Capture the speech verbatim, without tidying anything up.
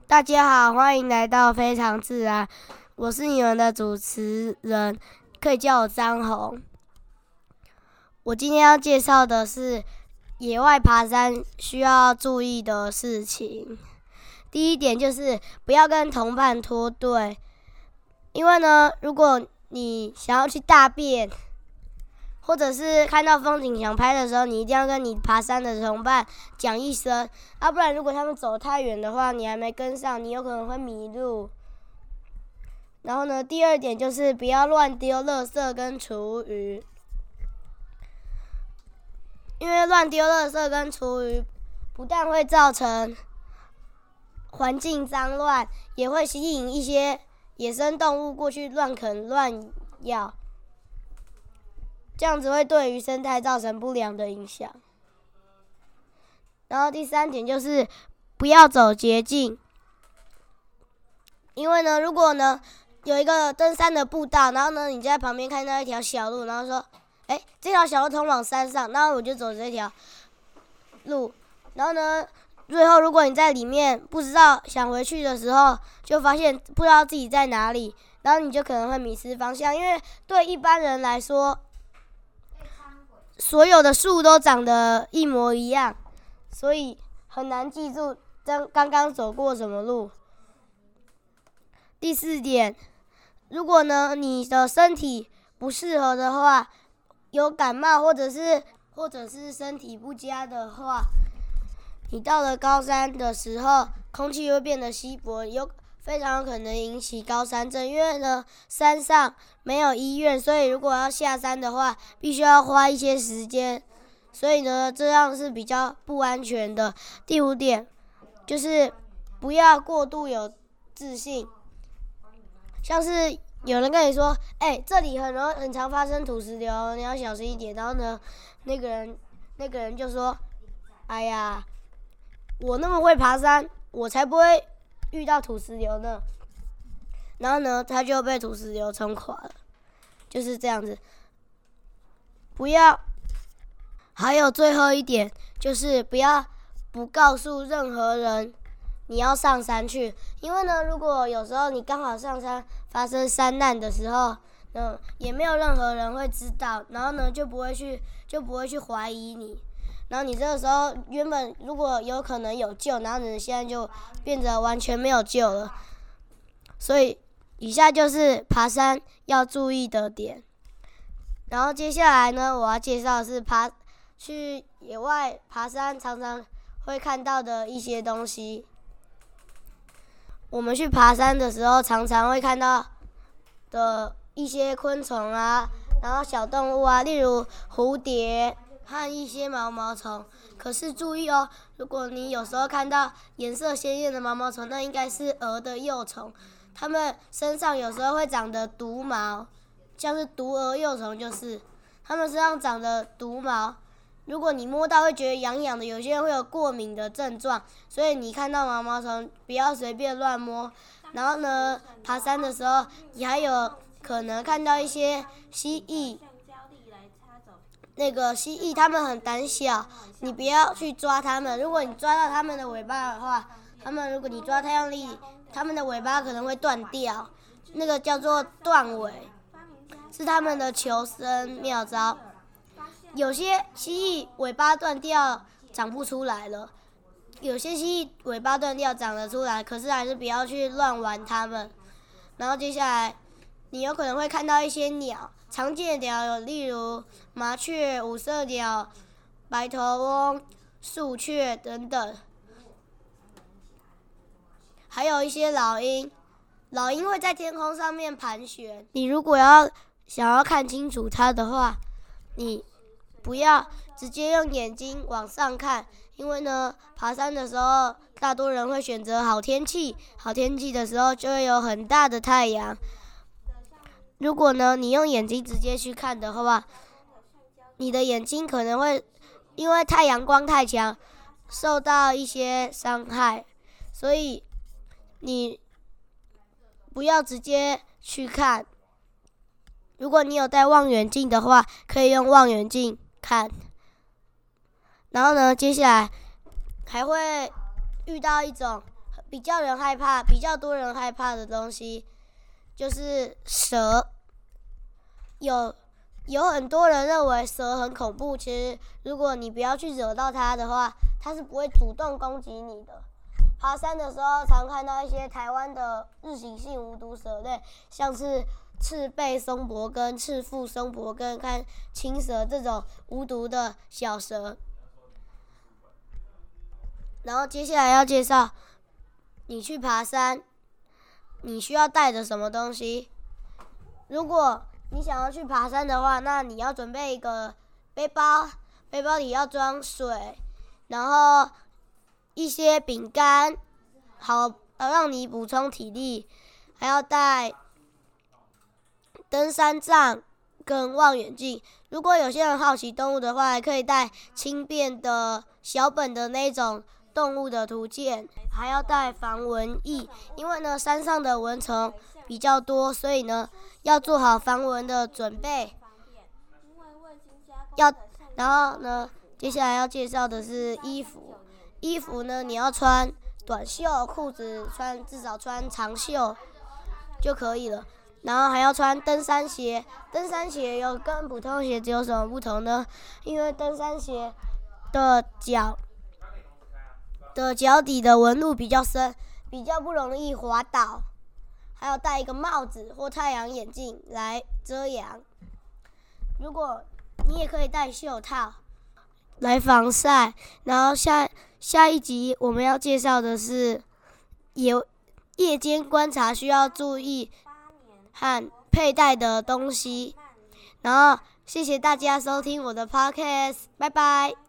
大家好，欢迎来到非常自然，我是你们的主持人，可以叫我张红。我今天要介绍的是野外爬山需要注意的事情。第一点就是不要跟同伴脱队，因为呢，如果你想要去大便，或者是看到风景想拍的时候，你一定要跟你爬山的同伴讲一声，啊，不然如果他们走太远的话，你还没跟上，你有可能会迷路。然后呢，第二点就是不要乱丢垃圾跟厨余，因为乱丢垃圾跟厨余不但会造成环境脏乱，也会吸引一些野生动物过去乱啃乱咬。这样子会对于生态造成不良的影响。然后第三点就是不要走捷径，因为呢，如果呢有一个登山的步道，然后呢你在旁边看到一条小路，然后说，哎，这条小路通往山上，然后我就走这条路，然后呢，最后如果你在里面不知道想回去的时候，就发现不知道自己在哪里，然后你就可能会迷失方向，因为对一般人来说，所有的树都长得一模一样，所以很难记住刚刚走过什么路。第四点，如果呢你的身体不适合的话，有感冒或者是或者是身体不佳的话，你到了高山的时候，空气会变得稀薄，有非常有可能引起高山症，因为呢山上没有医院，所以如果要下山的话，必须要花一些时间，所以呢这样是比较不安全的。第五点就是不要过度有自信，像是有人跟你说，哎、欸，这里很容很常发生土石流，你要小心一点。然后呢，那个人那个人就说，哎呀，我那么会爬山，我才不会遇到土石流呢。然后呢，他就被土石流冲垮了，就是这样子。不要，还有最后一点就是不要不告诉任何人你要上山去，因为呢，如果有时候你刚好上山发生山难的时候，嗯，也没有任何人会知道，然后呢就不会去就不会去怀疑你。然后你这个时候原本如果有可能有救，然后你现在就变得完全没有救了。所以以下就是爬山要注意的点。然后接下来呢，我要介绍的是爬去野外爬山常常会看到的一些东西。我们去爬山的时候，常常会看到的一些昆虫啊，然后小动物啊，例如蝴蝶和一些毛毛虫。可是注意哦，如果你有时候看到颜色鲜艳的毛毛虫，那应该是蛾的幼虫，它们身上有时候会长的毒毛，像是毒蛾幼虫就是，它们身上长的毒毛，如果你摸到会觉得痒痒的，有些人会有过敏的症状，所以你看到毛毛虫不要随便乱摸。然后呢，爬山的时候，你还有可能看到一些蜥蜴。那个蜥蜴它们很胆小，你不要去抓它们。如果你抓到它们的尾巴的话，它们如果你抓太用力，它们的尾巴可能会断掉，那个叫做断尾，是它们的求生妙招。有些蜥蜴尾巴断掉长不出来了，有些蜥蜴尾巴断掉长得出来，可是还是不要去乱玩它们。然后接下来你有可能会看到一些鸟，常见的鸟有例如麻雀、五色鸟、白头翁、树雀等等，还有一些老鹰。老鹰会在天空上面盘旋，你如果要想要看清楚它的话，你不要直接用眼睛往上看，因为呢，爬山的时候，大多人会选择好天气，好天气的时候就会有很大的太阳。如果呢，你用眼睛直接去看的话，你的眼睛可能会因为太阳光太强，受到一些伤害，所以你不要直接去看。如果你有带望远镜的话，可以用望远镜看。然后呢，接下来还会遇到一种比较人害怕、比较多人害怕的东西就是蛇。有有很多人认为蛇很恐怖，其实如果你不要去惹到它的话，它是不会主动攻击你的。爬山的时候常看到一些台湾的日行性无毒蛇类，像是赤背松柏根、赤腹松柏根、看青蛇这种无毒的小蛇。然后接下来要介绍你去爬山，你需要带着什么东西。如果你想要去爬山的话，那你要准备一个背包，背包里要装水，然后一些饼干，好让你补充体力，还要带登山杖跟望远镜。如果有些人好奇动物的话，还可以带轻便的小本的那种动物的图鉴，还要带防蚊液，因为呢山上的蚊虫比较多，所以呢要做好防蚊的准备。要，然后呢，接下来要介绍的是衣服。衣服呢，你要穿短袖，裤子穿至少穿长袖就可以了。然后还要穿登山鞋。登山鞋有跟普通鞋子有什么不同呢？因为登山鞋的脚的脚底的纹路比较深，比较不容易滑倒。还有戴一个帽子或太阳眼镜来遮阳。如果你也可以戴袖套来防晒。然后下下一集我们要介绍的是夜夜间观察需要注意和佩戴的东西。然后谢谢大家收听我的 podcast， 拜拜。